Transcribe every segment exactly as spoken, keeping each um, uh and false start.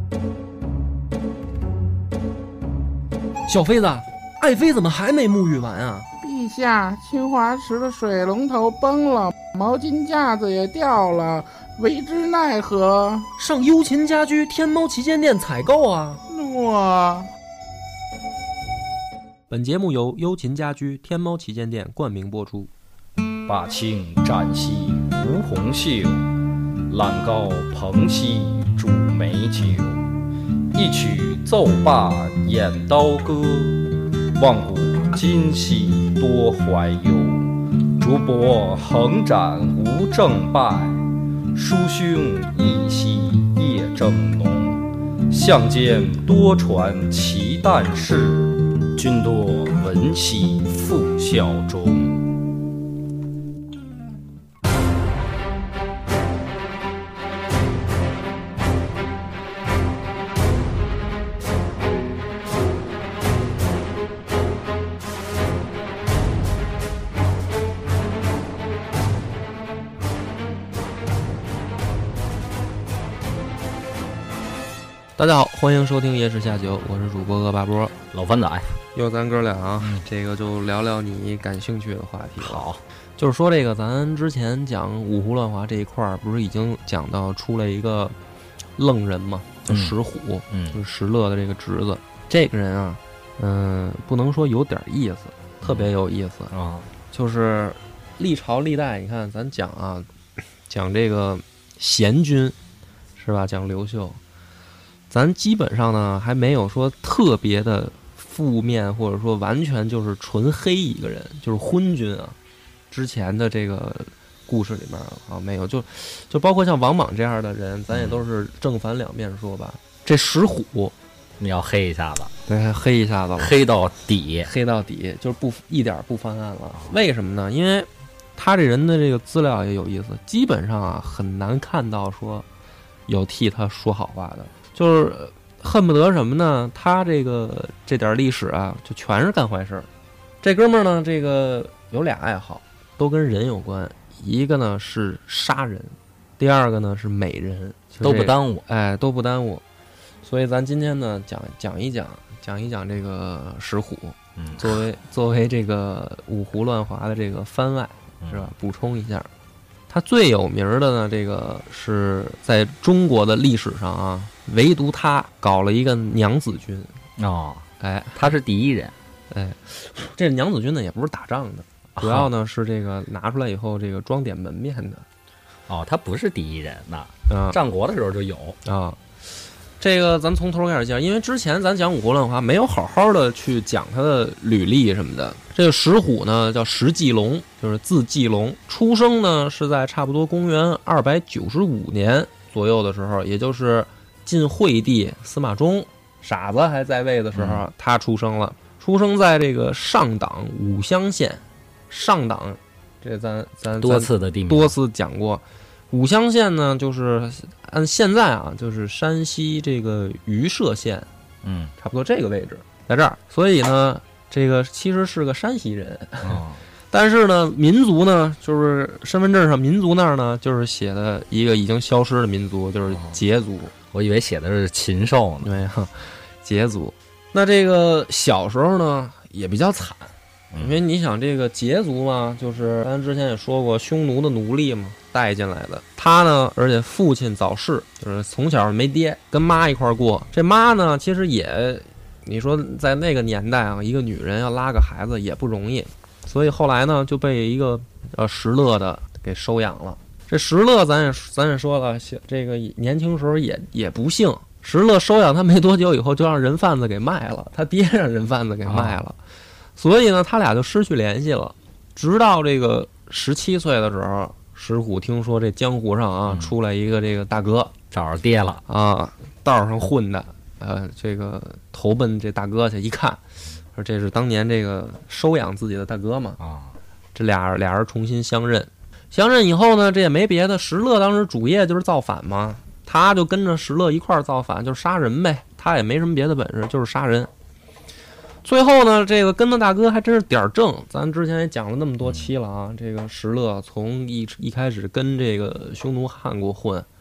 小妃子，爱妃怎么还没沐浴完啊？ 陛下，清华池的水龙头崩了，毛巾架子也掉了，为之奈何？ 上优琴家居天猫旗舰店采购啊！ 诺。 本节目由优琴家居天猫旗舰店冠名播出。 霸清展兮吴红袖，揽高蓬兮煮美酒。一曲奏罢演刀歌，望古今兮多怀忧。竹帛横展无正败，书兄一兮夜正浓。相间多传奇诞事，君多闻兮复效忠。 大家好，欢迎收听夜市下酒，我是主播恶霸波， 老番仔， 又咱哥俩啊、嗯，这个就聊聊你感兴趣的话题。 好， 就是说这个咱之前讲五胡乱华这一块儿，不是已经讲到出了一个愣人嘛，叫石虎，嗯，就是石勒的这个侄子。这个人啊，嗯、呃，不能说有点意思，特别有意思啊、嗯，就是历朝历代，你看咱讲啊，讲这个贤君是吧？讲刘秀。咱基本上呢还没有说特别的负面，或者说完全就是纯黑一个人，就是昏君啊。之前的这个故事里面啊没有，就就包括像王莽这样的人，咱也都是正反两面说吧。这石虎你要黑一下子， 对，黑一下子了， 黑到底， 黑到底，就是不一点不翻案了。为什么呢？因为他这人的这个资料也有意思，基本上啊很难看到说有替他说好话的。就是恨不得什么呢？他这个这点历史啊，就全是干坏事。这哥们儿呢，这个有俩爱好，都跟人有关。一个呢是杀人，第二个呢是美人， 都不耽误， 哎，都不耽误。所以咱今天呢，讲讲一讲，讲一讲这个石虎，嗯，作为作为这个五胡乱华的这个番外，是吧？补充一下。他最有名的呢，这个是在中国的历史上啊，唯独他搞了一个娘子军哦， 哎， 他是第一人， 哎，这娘子军呢也不是打仗的，主要呢是这个拿出来以后这个装点门面的。 哦，他不是第一人呐， 啊， 战国的时候就有啊。这个咱从头开始讲，因为之前咱讲五胡乱华没有好好的去讲他的履历什么的。这个石虎呢叫石季龙，就是字季龙，出生呢是在差不多公元二百九十五年左右的时候，也就是晋惠帝司马衷傻子还在位的时候，嗯、他出生了。出生在这个上党武乡县，上党这咱咱多次的地名， 多次讲过。武乡县呢，就是按现在啊，就是山西这个榆社县， 嗯， 差不多这个位置，在这儿。所以呢，这个其实是个山西人， 哦、 但是呢，民族呢，就是身份证上民族那儿呢，就是写的一个已经消失的民族，就是羯族。哦、 我以为写的是禽兽呢， 对，羯族。那这个小时候呢，也比较惨。因为你想这个羯族嘛，就是咱之前也说过，匈奴的奴隶嘛，带进来的。他呢，而且父亲早逝，就是从小没爹，跟妈一块过。这妈呢，其实也，你说在那个年代啊，一个女人要拉个孩子也不容易，所以后来呢，就被一个呃石勒的给收养了。这石勒咱也咱也说了，这个年轻时候也也不幸，石勒收养他没多久以后，就让人贩子给卖了，他爹让人贩子给卖了。啊，所以呢，他俩就失去联系了。直到这个十七岁的时候，石虎听说这江湖上啊、嗯、出来一个这个大哥， 找着爹了啊，道上混的，呃，这个投奔这大哥去，一看，说这是当年这个收养自己的大哥嘛啊，这俩俩人重新相认。相认以后呢，这也没别的，石勒当时主业就是造反嘛，他就跟着石勒一块儿造反，就是杀人呗，他也没什么别的本事，就是杀人。最后呢，这个跟的大哥还真是点儿正，咱之前也讲了那么多期了啊。这个石勒从一一开始跟这个匈奴汉国混，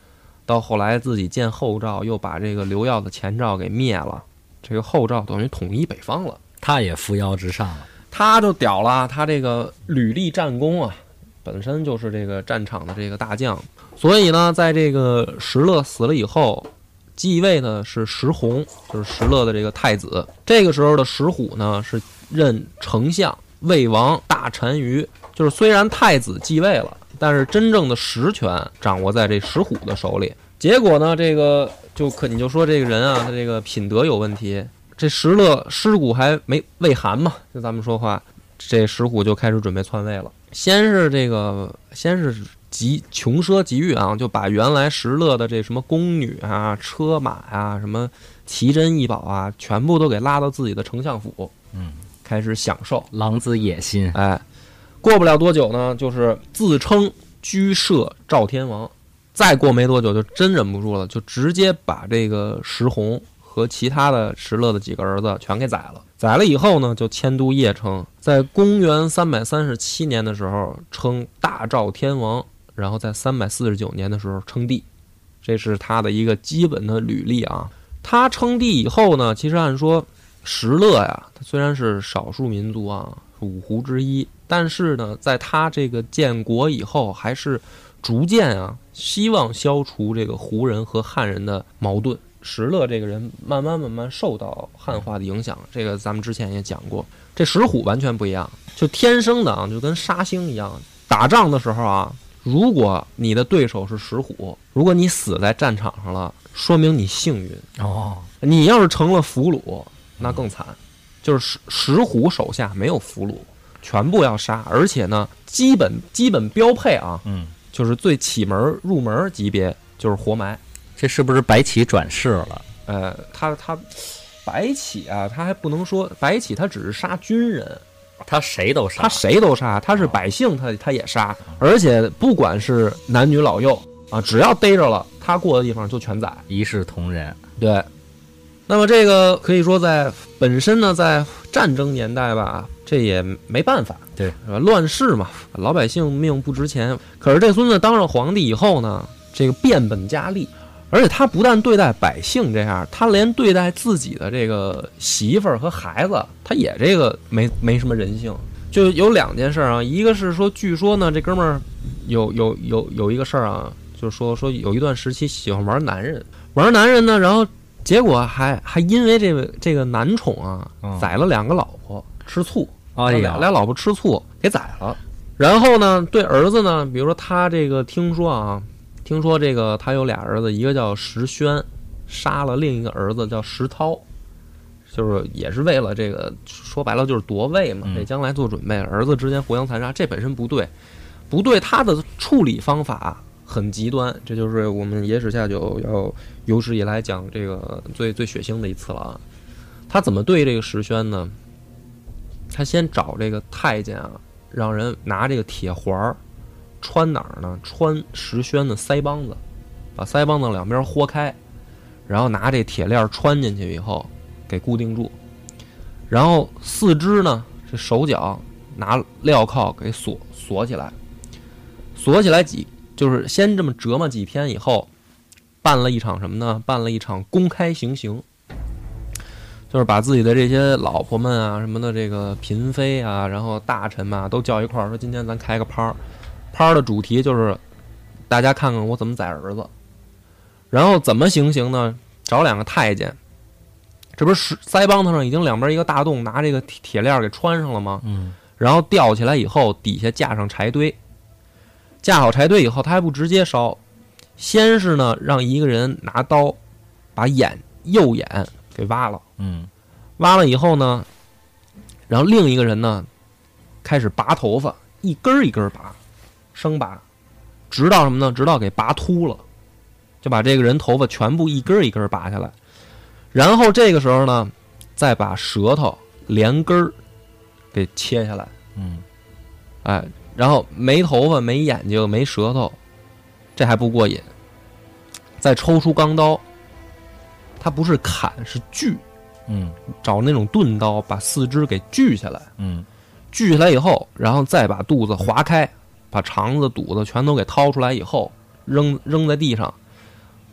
到后来自己建后赵，又把这个刘耀的前赵给灭了，这个后赵等于统一北方了， 他也扶摇直上了， 他就屌了，他这个屡立战功啊，本身就是这个战场的这个大将，所以呢，在这个石勒死了以后，继位的是石弘，就是石勒的这个太子。这个时候的石虎呢，是任丞相、魏王、大单于，就是虽然太子继位了，但是真正的实权掌握在这石虎的手里。结果呢，这个就可你就说这个人啊，他这个品德有问题。这石勒尸骨还没未寒嘛，就咱们说话，这石虎就开始准备篡位了。先是这个，先是极穷奢极欲啊，就把原来石勒的这什么宫女啊、车马啊、什么奇珍异宝啊，全部都给拉到自己的丞相府， 嗯， 开始享受， 狼子野心。 哎，过不了多久呢，就是自称居摄赵天王。再过没多久，就真忍不住了，就直接把这个石弘和其他的石勒的几个儿子全给宰了。宰了以后呢，就迁都邺城，在公元三百三十七年的时候称大赵天王，然后在三百四十九年的时候称帝，这是他的一个基本的履历啊。他称帝以后呢，其实按说石勒呀，他虽然是少数民族啊，是五胡之一，但是呢，在他这个建国以后，还是逐渐啊，希望消除这个胡人和汉人的矛盾。石勒这个人慢慢慢慢受到汉化的影响，这个咱们之前也讲过。这石虎完全不一样，就天生的啊，就跟杀星一样。打仗的时候啊，如果你的对手是石虎，如果你死在战场上了，说明你幸运哦。 你要是成了俘虏，那更惨。就是石石虎手下没有俘虏，全部要杀，而且呢，基本基本标配啊， 嗯， 就是最起门入门级别就是活埋。 这是不是白起转世了？ 呃，他他白起啊，他还不能说白起，他只是杀军人， 他谁都杀， 他谁都杀，他是百姓他他也杀，而且不管是男女老幼啊，只要逮着了，他过的地方就全宰， 一视同仁。 对。那么这个可以说在本身呢，在战争年代吧，这也没办法， 对， 乱世嘛，老百姓命不值钱。可是这孙子当上皇帝以后呢，这个变本加厉。而且他不但对待百姓这样，他连对待自己的这个媳妇儿和孩子，他也这个没没什么人性。就有两件事啊，一个是说，据说呢，这哥们儿有有有有一个事儿啊，就是说说有一段时期喜欢玩男人，玩男人呢，然后结果还还因为这个这个男宠啊，宰了两个老婆，吃醋， 哎呀， 俩老婆吃醋给宰了。然后呢，对儿子呢，比如说他这个听说啊。听说这个他有俩儿子，一个叫石宣，杀了另一个儿子叫石涛，就是也是为了这个，说白了就是夺位嘛，为将来做准备。儿子之间互相残杀，这本身不对，不对，他的处理方法很极端，这就是我们野史下酒要有史以来讲这个最最血腥的一次了啊。他怎么对这个石宣呢？他先找这个太监啊，让人拿这个铁环穿哪儿呢？穿石宣的腮帮子，把腮帮子两边豁开，然后拿这铁链穿进去以后给固定住，然后四肢呢，这手脚拿镣铐给锁锁起来，锁起来几就是先这么折磨几天以后，办了一场什么呢？办了一场公开行刑，就是把自己的这些老婆们啊什么的这个嫔妃啊，然后大臣嘛都叫一块儿，说今天咱开个趴儿。趴的主题就是大家看看我怎么宰儿子，然后怎么行刑呢？找两个太监，这不是腮帮子上已经两边一个大洞，拿这个铁链给穿上了吗？ 嗯， 然后吊起来以后，底下架上柴堆，架好柴堆以后，他还不直接烧，先是呢让一个人拿刀把眼右眼给挖了， 嗯， 挖了以后呢，然后另一个人呢开始拔头发，一根一根拔。生拔，直到什么呢？直到给拔秃了，就把这个人头发全部一根一根拔下来，然后这个时候呢，再把舌头连根儿给切下来， 嗯， 哎，然后没头发、没眼睛、没舌头，这还不过瘾，再抽出钢刀，它不是砍是锯， 嗯， 找那种钝刀把四肢给锯下来， 嗯， 锯下来以后，然后再把肚子划开。把肠子肚子全都给掏出来以后，扔扔在地上，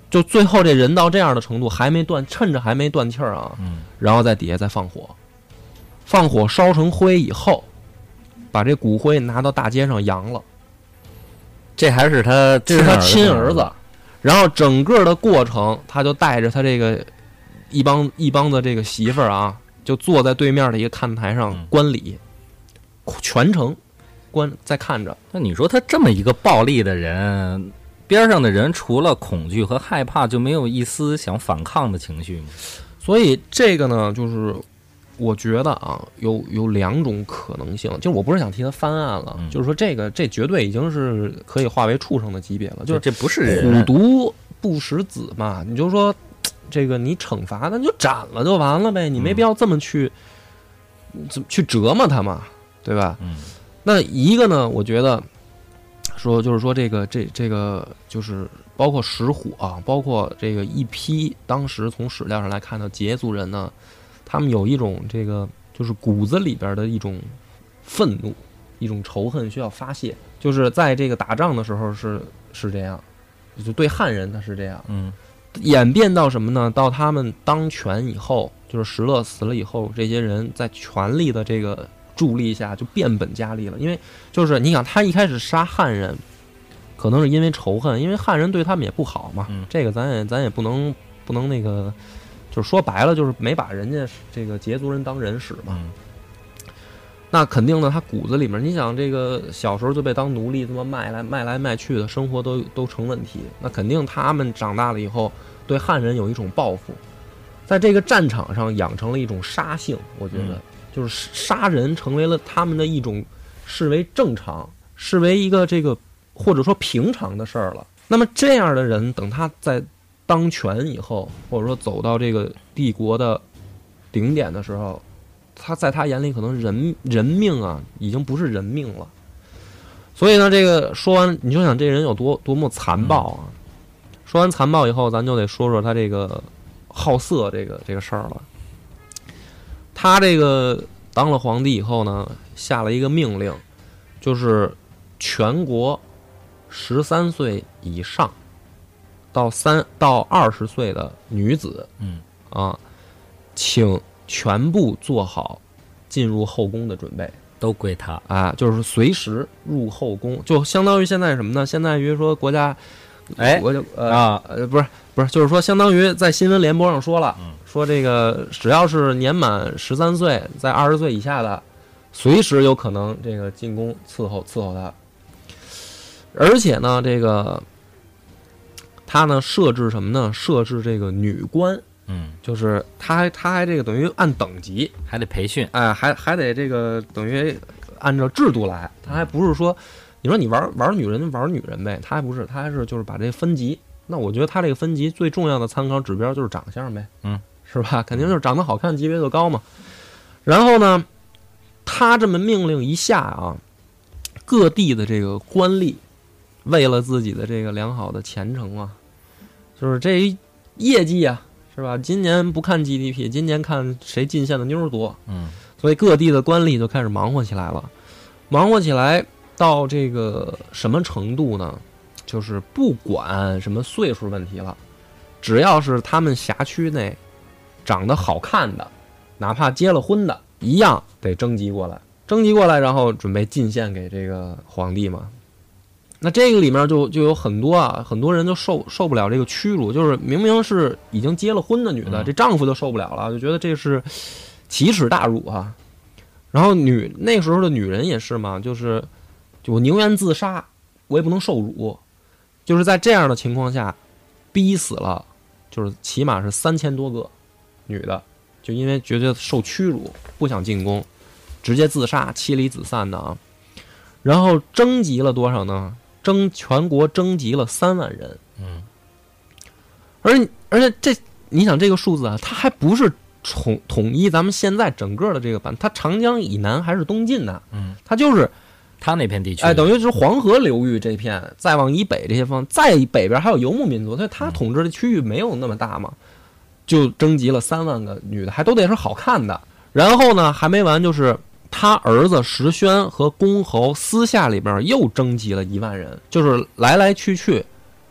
就最后这人到这样的程度，还没断，趁着还没断气儿啊， 嗯， 然后在底下再放火，放火烧成灰以后，把这骨灰拿到大街上扬了。 这还是他， 这是他亲儿子。然后整个的过程，他就带着他这个一帮一帮的这个媳妇儿啊，就坐在对面的一个看台上观礼，嗯、全程观在看着。 那你说他这么一个暴力的人，边上的人除了恐惧和害怕，就没有一丝想反抗的情绪吗？ 所以这个呢，就是我觉得啊，有有两种可能性。就是我不是想替他翻案了，嗯、就是说这个这绝对已经是可以化为畜生的级别了。就是这不是人， 虎毒不食子嘛，你就说这个你惩罚，那你就斩了就完了呗，你没必要这么去、嗯、去折磨他嘛，对吧？ 嗯。 那一个呢，我觉得说就是说这个这这个就是包括石虎啊，包括这个一批当时从史料上来看到羯族人呢，他们有一种这个就是骨子里边的一种愤怒，一种仇恨需要发泄，就是在这个打仗的时候是是这样，就对汉人他是这样， 嗯， 演变到什么呢？到他们当权以后，就是石勒死了以后，这些人在权力的这个助力下就变本加厉了。因为就是你想，他一开始杀汉人，可能是因为仇恨，因为汉人对他们也不好嘛。 嗯、 这个咱也咱也不能不能那个，就是说白了，就是没把人家这个羯族人当人使嘛。 嗯、 那肯定的，他骨子里面，你想这个小时候就被当奴隶这么卖来卖来卖去的，生活都都成问题。那肯定他们长大了以后，对汉人有一种报复，在这个战场上养成了一种杀性。我觉得。嗯，就是杀人成为了他们的一种视为正常，视为一个这个或者说平常的事儿了。那么这样的人，等他在当权以后，或者说走到这个帝国的顶点的时候，他在他眼里可能人人命啊，已经不是人命了。所以呢，这个说完，你就想这人有多多么残暴啊！说完残暴以后，咱就得说说他这个好色这个这个事儿了。他这个当了皇帝以后呢，下了一个命令，就是全国十三岁以上到三到二十岁的女子， 嗯啊，请全部做好进入后宫的准备， 都归他啊，就是随时入后宫，就相当于现在什么呢？相当于说国家， 哎， 我就呃啊呃不是不是，就是说相当于在新闻联播上说了。嗯，说这个只要是年满十三岁，在二十岁以下的，随时有可能这个进宫伺候伺候他。而且呢，这个他呢设置什么呢？设置这个女官， 嗯， 就是他还他还这个等于按等级， 还得培训， 哎，还还得这个等于按照制度来，他还不是说你说你玩玩女人玩女人呗，他还不是，他还是就是把这分级。那我觉得他这个分级最重要的参考指标就是长相呗， 嗯。 是吧？肯定就是长得好看，级别就高嘛。然后呢，他这么命令一下啊，各地的这个官吏，为了自己的这个良好的前程啊，就是这业绩啊，是吧？今年不看 G D P， 今年看谁进献的妞多。 嗯， 所以各地的官吏就开始忙活起来了。忙活起来到这个什么程度呢？就是不管什么岁数问题了，只要是他们辖区内长得好看的，哪怕结了婚的，一样得征集过来，征集过来，然后准备进献给这个皇帝嘛。那这个里面就就有很多啊，很多人就受受不了这个屈辱，就是明明是已经结了婚的女的，这丈夫就受不了了，就觉得这是奇耻大辱啊。然后女那时候的女人也是嘛，就是就我宁愿自杀，我也不能受辱，就是在这样的情况下，逼死了，就是起码是三千多个。女的就因为觉得受屈辱，不想进宫，直接自杀，妻离子散的啊。然后征集了多少呢？征全国征集了三万人。 嗯， 而而且这你想这个数字啊，它还不是统统一咱们现在整个的这个版，它长江以南还是东晋的。 嗯， 它就是它那片地区， 哎，等于是黄河流域这片，再往以北这些方，再北边还有游牧民族，所以它统治的区域没有那么大嘛。就征集了三万个女的，还都得是好看的。然后呢，还没完，就是他儿子石宣和公侯私下里边又征集了一万人，就是来来去去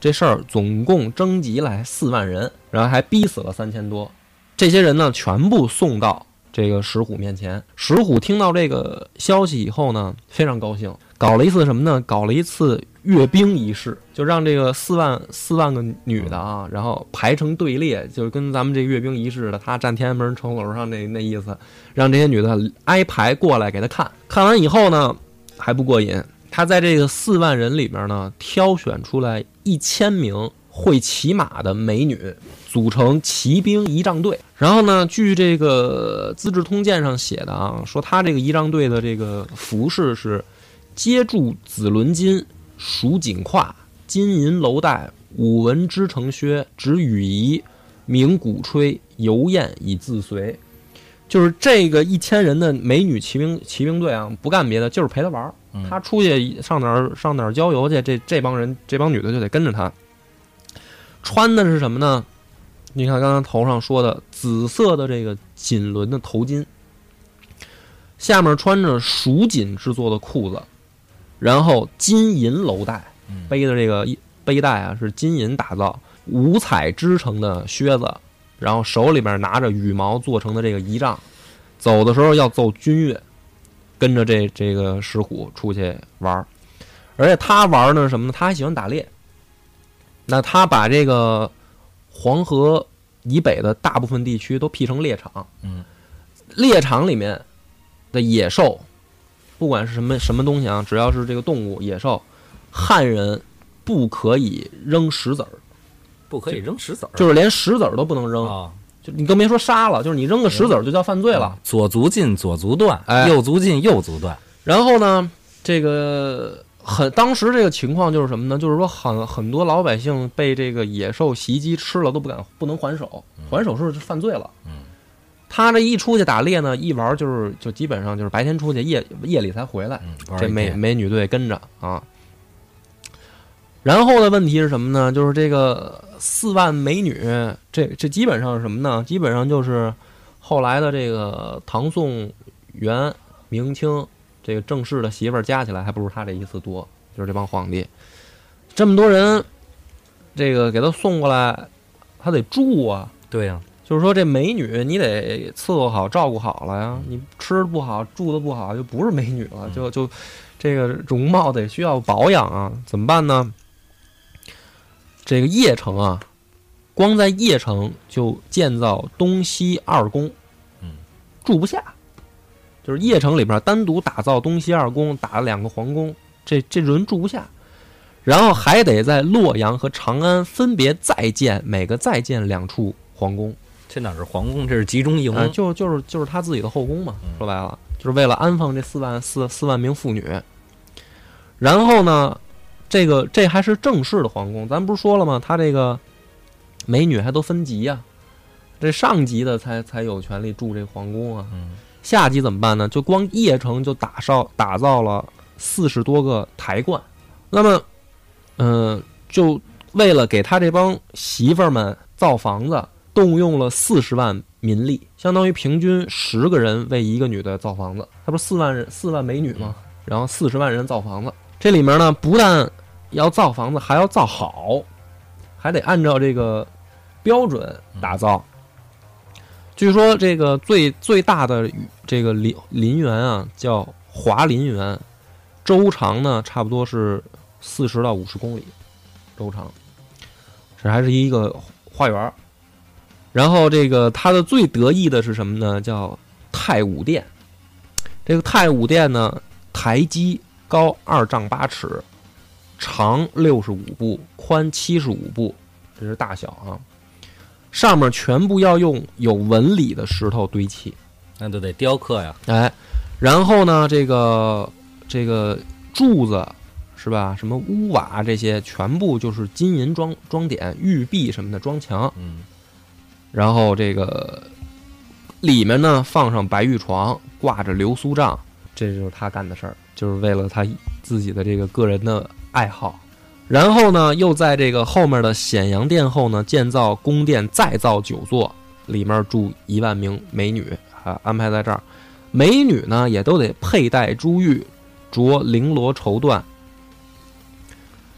这事儿总共征集来四万人，然后还逼死了三千多。这些人呢，全部送到这个石虎面前。石虎听到这个消息以后呢，非常高兴，搞了一次什么呢？搞了一次阅兵仪式，就让这个四万四万个女的啊，然后排成队列，就是跟咱们这个阅兵仪式似的，他站天安门城楼上那那意思，让这些女的挨排过来给他看。看完以后呢，还不过瘾，他在这个四万人里面呢，挑选出来一千名会骑马的美女，组成骑兵仪仗队。然后呢，据这个《资治通鉴》上写的啊，说他这个仪仗队的这个服饰是接住紫纶巾，蜀锦胯，金银楼带，五纹织成靴，执羽仪，鸣鼓吹，游宴以自随。就是这个一千人的美女骑兵骑兵队啊，不干别的，就是陪他玩。嗯、他出去上哪儿上哪儿郊游去，这这帮人这帮女的就得跟着他。穿的是什么呢？你看刚刚头上说的紫色的这个锦纶的头巾，下面穿着蜀锦制作的裤子，然后金银楼带，背的这个背带啊是金银打造，五彩织成的靴子，然后手里边拿着羽毛做成的这个仪仗，走的时候要奏军乐，跟着这这个石虎出去玩。而且他玩呢什么呢？他还喜欢打猎。那他把这个黄河以北的大部分地区都辟成猎场，嗯，猎场里面的野兽，不管是什么什么东西啊，只要是这个动物野兽，汉人不可以扔石子儿， 不可以扔石子儿， 就是连石子儿都不能扔啊！就你更别说杀了，就是你扔个石子儿就叫犯罪了。 嗯、左足进左足断， 哎， 右足进右足断。 然后呢，这个。很当时这个情况就是什么呢？就是说很很多老百姓被这个野兽袭击吃了都不敢不能还手，还手是犯罪了。嗯，他这一出去打猎呢，一玩就是就基本上就是白天出去，夜夜里才回来。嗯、这美美女队跟着啊。然后的问题是什么呢？就是这个四万美女，这这基本上是什么呢？基本上就是后来的这个唐宋元明清。这个正式的媳妇儿加起来还不如他这一次多，就是这帮皇帝，这么多人，这个给他送过来，他得住啊。 对呀、啊， 就是说这美女你得伺候好、照顾好了呀。你吃的不好、住的不好，就不是美女了，就就这个容貌得需要保养啊。怎么办呢？这个邺城啊，光在邺城就建造东西二宫，嗯，住不下。就是邺城里边单独打造东西二宫，打了两个皇宫，这这人住不下，然后还得在洛阳和长安分别再建，每个再建两处皇宫。 这哪是皇宫，这是集中营， 呃、就就是就是他自己的后宫嘛。说白了，就是为了安放这四万四四万名妇女。然后呢，这个这还是正式的皇宫，咱不是说了吗？他这个美女还都分级呀、啊，这上级的才才有权利住这个皇宫啊。嗯。下级怎么办呢？就光邺城就打造打造了四十多个台观，那么，嗯、呃，就为了给他这帮媳妇儿们造房子，动用了四十万民力，相当于平均十个人为一个女的造房子。他不是四万人四万美女吗？然后四十万人造房子，这里面呢，不但要造房子，还要造好，还得按照这个标准打造。据说这个最最大的这个林林园啊，叫华林园，周长呢差不多是四十到五十公里，周长，这还是一个花园。然后这个它的最得意的是什么呢？叫太武殿。这个太武殿呢，台基高二丈八尺，长六十五步，宽七十五步，这是大小啊。上面全部要用有纹理的石头堆砌， 那就得雕刻呀。 哎，然后呢，这个这个柱子是吧？什么屋瓦这些全部就是金银装装点，玉璧什么的装墙。嗯，然后这个里面呢放上白玉床，挂着流苏帐，这就是他干的事儿，就是为了他自己的这个个人的爱好。然后呢，又在这个后面的显阳殿后呢，建造宫殿，再造九座，里面住一万名美女啊，安排在这儿。美女呢，也都得佩戴珠玉，着绫罗绸缎。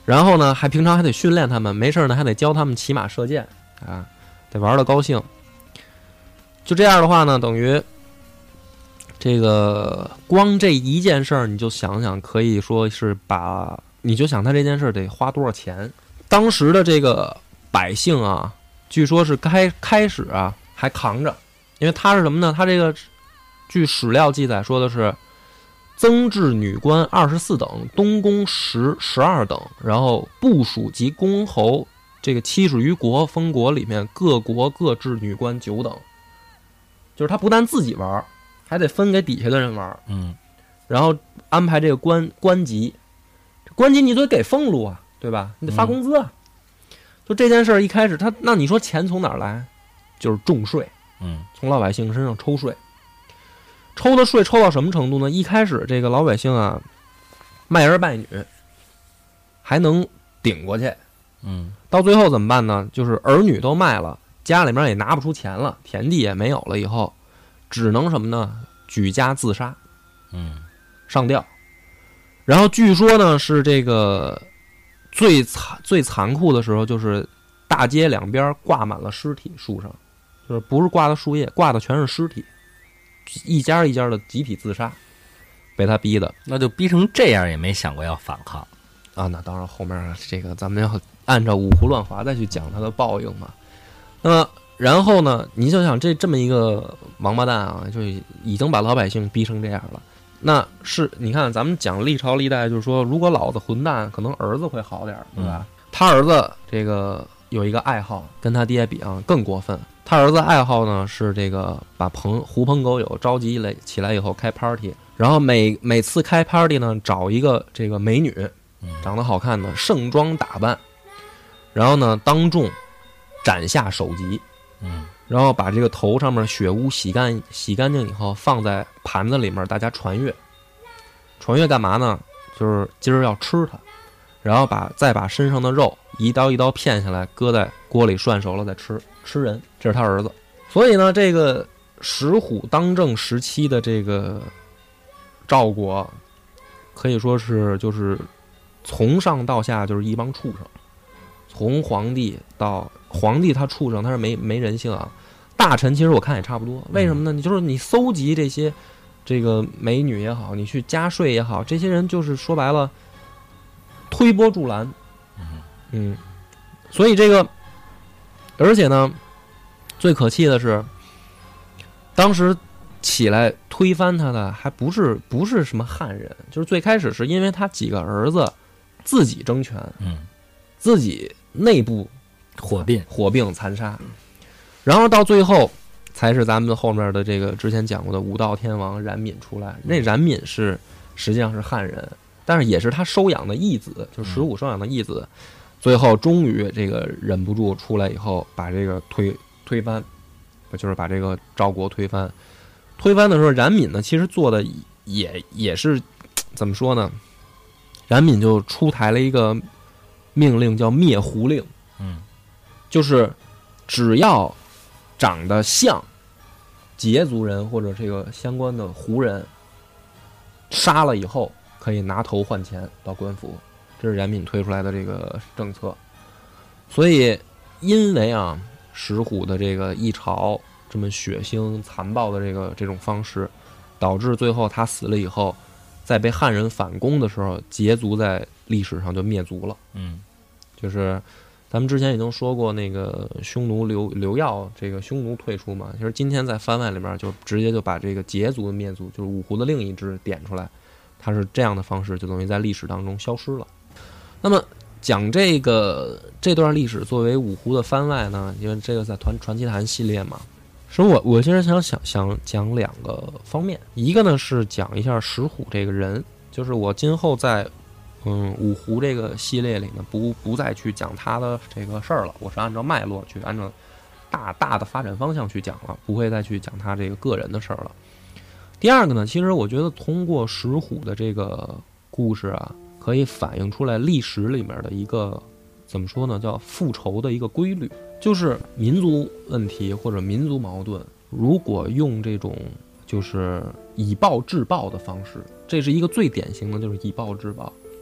然后呢，还平常还得训练他们，没事呢还得教他们骑马射箭啊，得玩得高兴。就这样的话呢，等于这个光这一件事儿，你就想想，可以说是把你就想他这件事得花多少钱。当时的这个百姓啊，据说是开开始啊还扛着，因为他是什么呢？他这个据史料记载说的是增置女官二十四等，东宫十十二等，然后部属及公侯这个七十余国封国里面各国各置女官九等，就是他不但自己玩，还得分给底下的人玩， 嗯， 然后安排这个官官级，官级你得给俸禄啊，对吧？你得发工资啊。嗯、就这件事儿一开始，他那你说钱从哪儿来？就是重税， 嗯， 从老百姓身上抽税。抽的税抽到什么程度呢？一开始这个老百姓啊，卖儿拜女，还能顶过去， 嗯， 到最后怎么办呢？就是儿女都卖了，家里面也拿不出钱了，田地也没有了，以后只能什么呢？举家自杀， 嗯， 上吊。然后据说呢，是这个最残最残酷的时候，就是大街两边挂满了尸体，树上就是不是挂的树叶，挂的全是尸体。一家一家的集体自杀，被他逼的， 那就逼成这样，也没想过要反抗啊。那当然，后面这个咱们要按照五胡乱华再去讲他的报应嘛。那么，然后呢，你就想这这么一个王八蛋啊，就已经把老百姓逼成这样了。那是你看，咱们讲历朝历代，就是说，如果老子混蛋，可能儿子会好点，对吧？嗯、他儿子这个有一个爱好，跟他爹比啊更过分。他儿子爱好呢是这个把朋狐朋狗友召集来起来以后开 party， 然后每每次开 party 呢找一个这个美女，长得好看的盛装打扮，然后呢当众斩下首级， 嗯， 然后把这个头上面血污洗干洗干净以后放在盘子里面，大家传阅。传阅干嘛呢？就是今儿要吃它，然后把再把身上的肉一刀一刀片下来，搁在锅里涮熟了再吃。吃人，这是他儿子。所以呢，这个石虎当政时期的这个赵国，可以说是就是从上到下就是一帮畜生，从皇帝到皇帝他畜生，他是没没人性啊。大臣其实我看也差不多，为什么呢？你就是你搜集这些这个美女也好，你去加税也好，这些人就是说白了推波助澜，嗯，所以这个。而且呢，最可气的是，当时起来推翻他的还不是不是什么汉人，就是最开始是因为他几个儿子自己争权， 嗯， 自己内部火并火并残杀，然后到最后才是咱们后面的这个之前讲过的武道天王冉闵出来。那冉闵是实际上是汉人，但是也是他收养的义子，就是石虎收养的义子。嗯，最后终于这个忍不住出来以后，把这个推推翻，就是把这个赵国推翻。推翻的时候，冉闵呢其实做的也也是怎么说呢？冉闵就出台了一个命令，叫灭胡令。 嗯， 就是只要长得像羯族人或者这个相关的胡人，杀了以后可以拿头换钱到官府。这是冉闵推出来的这个政策。所以因为啊石虎的这个一朝这么血腥残暴的这个这种方式，导致最后他死了以后，在被汉人反攻的时候，羯族在历史上就灭族了。 嗯， 就是咱们之前已经说过那个匈奴刘刘耀这个匈奴退出嘛，其实今天在番外里面就直接就把这个羯族的灭族，就是五胡的另一支点出来，它是这样的方式，就等于在历史当中消失了。那么讲这个这段历史作为五胡的番外呢，因为这个在传传奇谈系列嘛，所以我我其实想想想讲两个方面，一个呢是讲一下石虎这个人，就是我今后在嗯五胡这个系列里呢，不不再去讲他的这个事儿了，我是按照脉络去按照大大的发展方向去讲了，不会再去讲他这个个人的事儿了。第二个呢，其实我觉得通过石虎的这个故事啊，可以反映出来历史里面的一个怎么说呢，叫复仇的一个规律，就是民族问题或者民族矛盾，如果用这种就是以暴制暴的方式，这是一个最典型的，就是以暴制暴。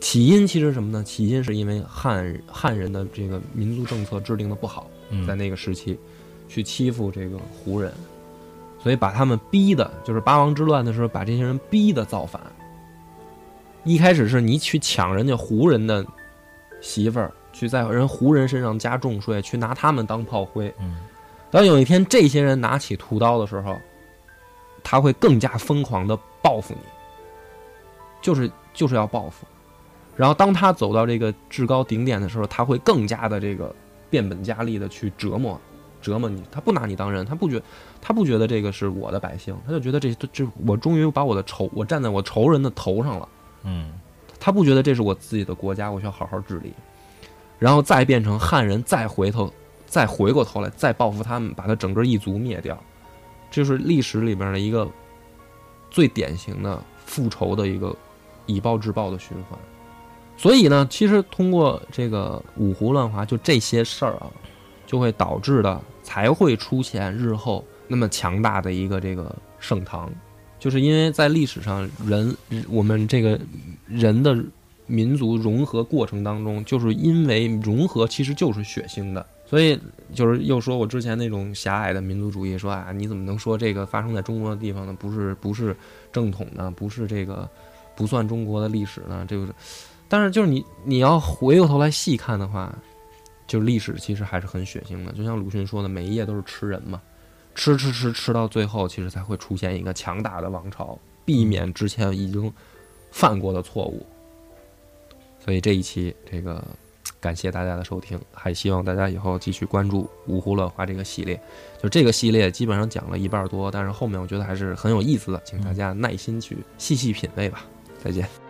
起因其实是什么呢？起因是因为汉汉人的这个民族政策制定的不好， 嗯在那个时期去欺负这个胡人，所以把他们逼的，就是八王之乱的时候，把这些人逼的造反。一开始是你去抢人家胡人的媳妇儿，去在人胡人身上加重税，去拿他们当炮灰。 嗯， 当有一天这些人拿起屠刀的时候，他会更加疯狂的报复你，就是就是要报复。然后当他走到这个至高顶点的时候，他会更加的这个变本加厉的去折磨折磨你。他不拿你当人，他不觉他不觉得这个是我的百姓，他就觉得这这我终于把我的仇我站在我仇人的头上了。 嗯， 他不觉得这是我自己的国家，我需要好好治理。然后再变成汉人，再回头再回过头来再报复他们，把他整个一族灭掉。这是历史里边的一个最典型的复仇的一个以暴制暴的循环。所以呢，其实通过这个五胡乱华，就这些事儿啊，就会导致的才会出现日后那么强大的一个这个盛唐，就是因为在历史上人我们这个人的民族融合过程当中，就是因为融合其实就是血腥的，所以就是又说我之前那种狭隘的民族主义，说啊你怎么能说这个发生在中国的地方呢？不是不是正统的，不是这个不算中国的历史呢？这个。但是就是你你要回过头来细看的话，就历史其实还是很血腥的。就像鲁迅说的，每一页都是吃人嘛，吃吃吃吃到最后，其实才会出现一个强大的王朝，避免之前已经犯过的错误。所以这一期这个感谢大家的收听，还希望大家以后继续关注五胡乱华这个系列。就这个系列基本上讲了一半多，但是后面我觉得还是很有意思的，请大家耐心去细细品味吧。再见。